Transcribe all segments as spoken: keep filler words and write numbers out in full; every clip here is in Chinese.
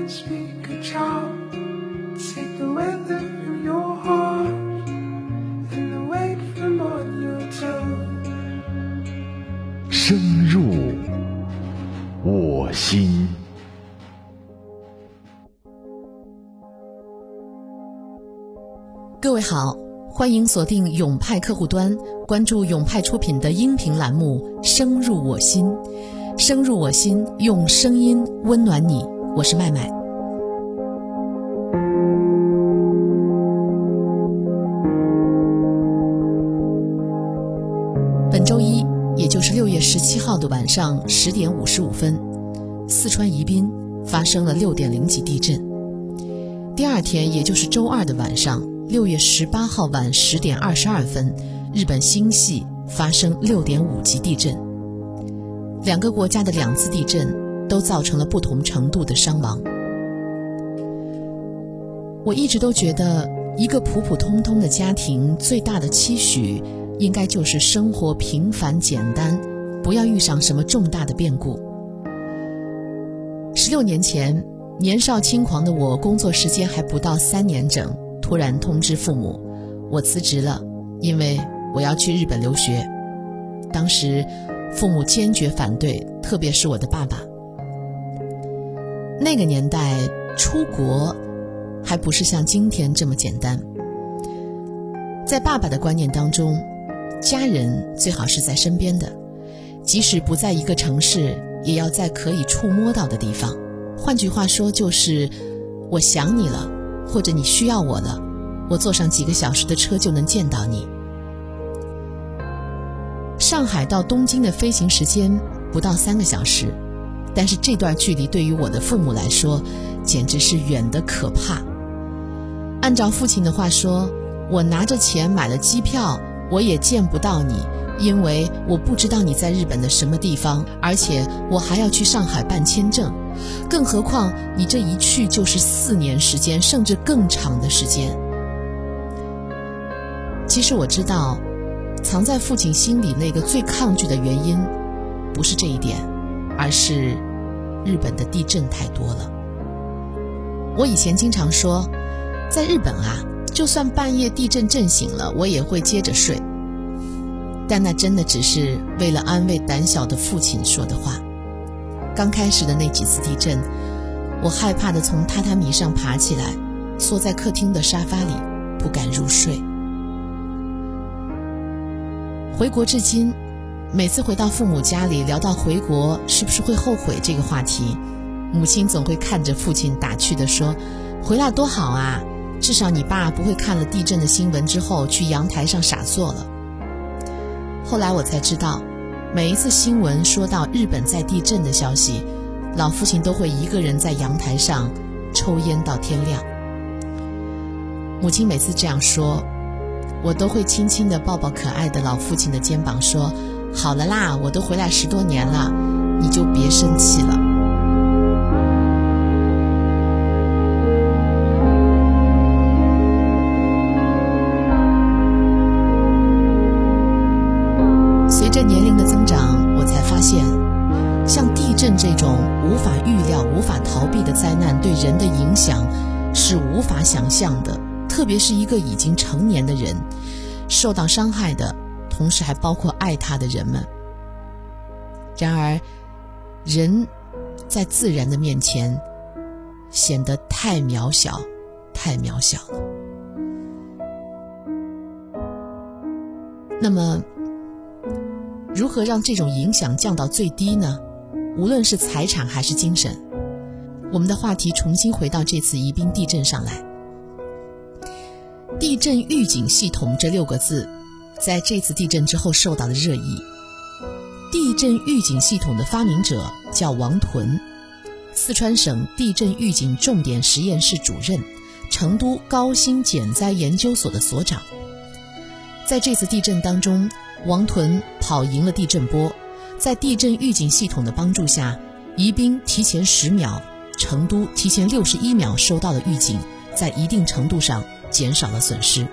can speak a child. Take the weather from your heart and the weight from on your tongue. 深入我心。 各位好，欢迎锁定永派客户端，关注永派出品的音频栏目《深入我心》。深入我心，用声音温暖你。我是麦麦。本周一，也就是六月十七号的晚上十点五十五分，四川宜宾发生了六点零级地震。第二天，也就是周二的晚上，六月十八号晚十点二十二分，日本新系发生六点五级地震。两个国家的两次地震都造成了不同程度的伤亡。我一直都觉得，一个普普通通的家庭最大的期许，应该就是生活平凡简单，不要遇上什么重大的变故。十六年前，年少轻狂的我，工作时间还不到三年整，突然通知父母，我辞职了，因为我要去日本留学。当时父母坚决反对，特别是我的爸爸。那个年代出国还不是像今天这么简单。在爸爸的观念当中，家人最好是在身边的，即使不在一个城市，也要在可以触摸到的地方。换句话说，就是我想你了，或者你需要我了，我坐上几个小时的车就能见到你。上海到东京的飞行时间不到三个小时，但是这段距离对于我的父母来说，简直是远得可怕。按照父亲的话说，我拿着钱买了机票，我也见不到你，因为我不知道你在日本的什么地方，而且我还要去上海办签证，更何况你这一去就是四年时间，甚至更长的时间。其实我知道，藏在父亲心里那个最抗拒的原因，不是这一点，而是日本的地震太多了。我以前经常说，在日本啊，就算半夜地震震醒了，我也会接着睡。但那真的只是为了安慰胆小的父亲说的话。刚开始的那几次地震，我害怕地从榻榻米上爬起来，缩在客厅的沙发里，不敢入睡。回国至今，每次回到父母家里，聊到回国是不是会后悔这个话题，母亲总会看着父亲打趣地说，回来多好啊，至少你爸不会看了地震的新闻之后去阳台上傻坐了。后来我才知道，每一次新闻说到日本在地震的消息，老父亲都会一个人在阳台上抽烟到天亮。母亲每次这样说，我都会轻轻地抱抱可爱的老父亲的肩膀说，好了啦，我都回来十多年了，你就别生气了。随着年龄的增长，我才发现，像地震这种无法预料、无法逃避的灾难对人的影响是无法想象的，特别是一个已经成年的人，受到伤害的同时还包括爱他的人们。然而，人在自然的面前显得太渺小，太渺小了。那么，如何让这种影响降到最低呢？无论是财产还是精神。我们的话题重新回到这次宜宾地震上来。地震预警系统这六个字，在这次地震之后受到了热议。地震预警系统的发明者叫王屯，四川省地震预警重点实验室主任，成都高新减灾研究所的所长。在这次地震当中，王屯跑赢了地震波，在地震预警系统的帮助下，宜宾提前十秒，成都提前六十一秒收到了预警，在一定程度上减少了损失。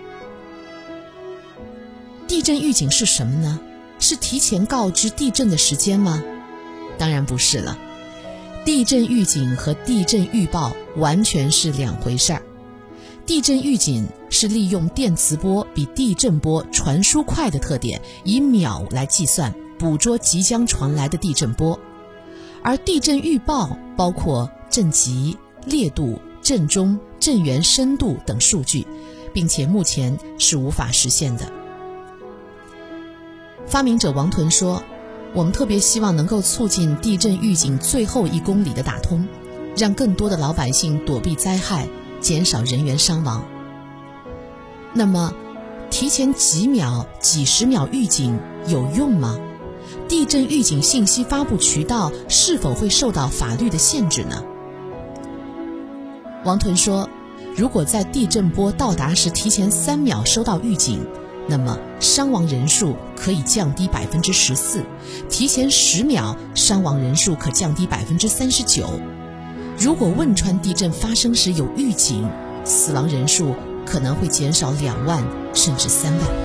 地震预警是什么呢？是提前告知地震的时间吗？当然不是了。 地震预警和地震预报完全是两回事儿。地震预警是利用电磁波比地震波传输快的特点，以秒来计算，捕捉即将传来的地震波。而地震预报包括震级、烈度、震中、震源深度等数据，并且目前是无法实现的。发明者王屯说，我们特别希望能够促进地震预警最后一公里的打通，让更多的老百姓躲避灾害，减少人员伤亡。那么提前几秒、几十秒预警有用吗？地震预警信息发布渠道是否会受到法律的限制呢？王屯说，如果在地震波到达时提前三秒收到预警，那么伤亡人数可以降低百分之十四，提前十秒伤亡人数可降低百分之三十九。如果汶川地震发生时有预警，死亡人数可能会减少两万甚至三万。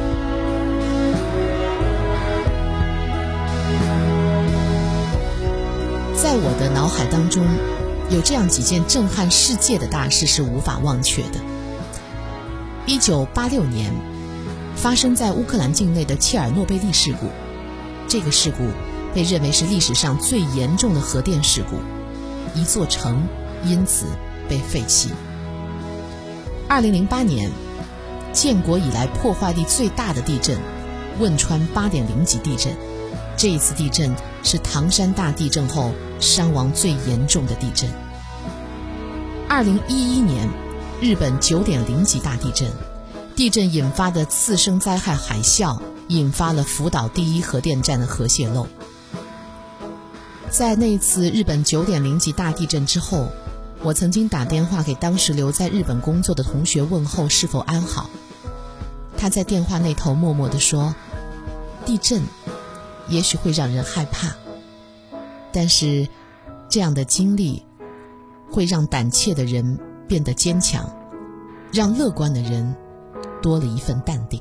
在我的脑海当中，有这样几件震撼世界的大事是无法忘却的。一九八六年，发生在乌克兰境内的切尔诺贝利事故，这个事故被认为是历史上最严重的核电事故，一座城因此被废弃。二零零八年，建国以来破坏力最大的地震——汶川八点零级地震。这一次地震是唐山大地震后伤亡最严重的地震。二零一一年，日本九点零级大地震，地震引发的次生灾害海啸，引发了福岛第一核电站的核泄漏。在那次日本九点零级大地震之后，我曾经打电话给当时留在日本工作的同学问候是否安好。他在电话那头默默地说，地震也许会让人害怕，但是这样的经历会让胆怯的人变得坚强，让乐观的人多了一份淡定。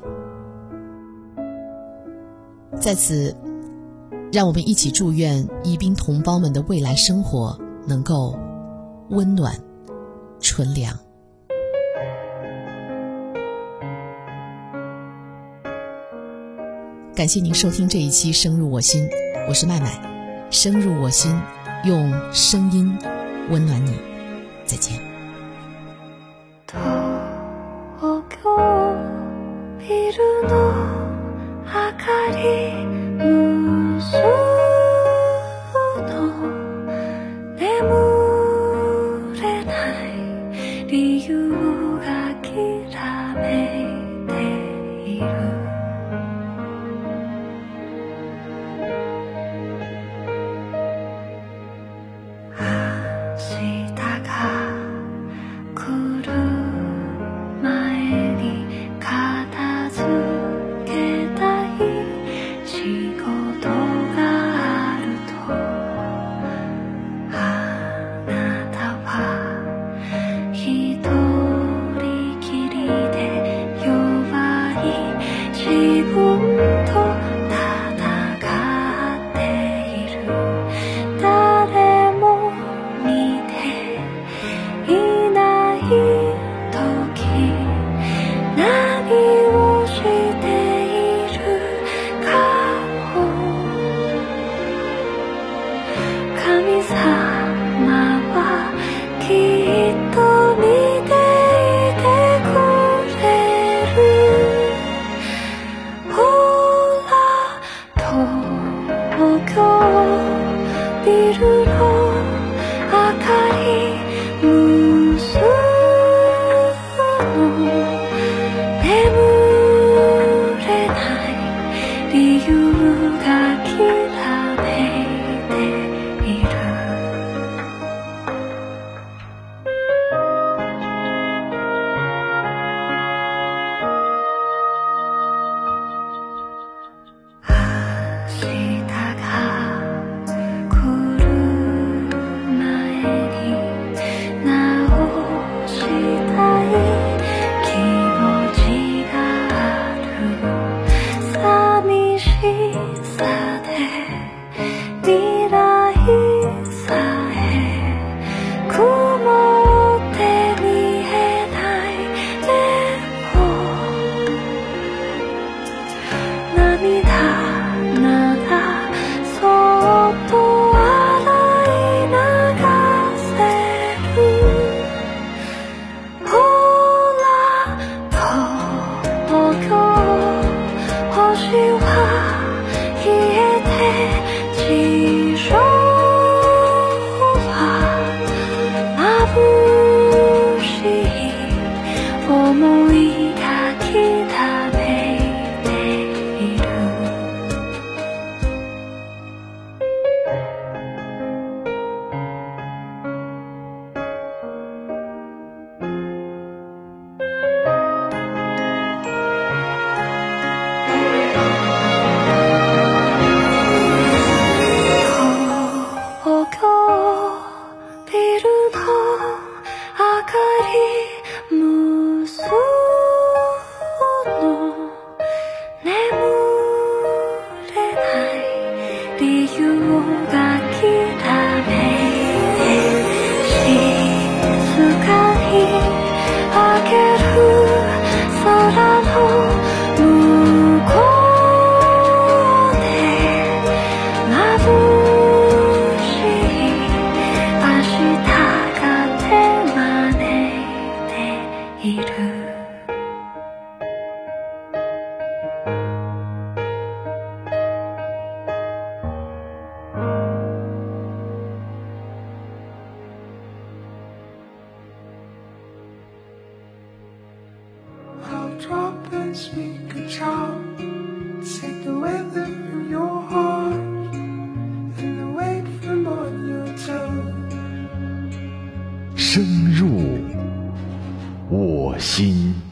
在此，让我们一起祝愿宜宾同胞们的未来生活能够温暖纯良。感谢您收听这一期深入我心，我是麦麦，深入我心，用声音温暖你，再见。 東京ビルの明かり無数の眠れない理由がきらめいている。明日が来る前に片付けたい仕事があると、あなたは一人きりで夜ると明かり無数の眠れない理由がきらめいて静かにあげる空の向こうで眩しい明日が手招いている I'll drop and speak a charm. Take the weather from your heart and the weight from on your tongue. 深入我心。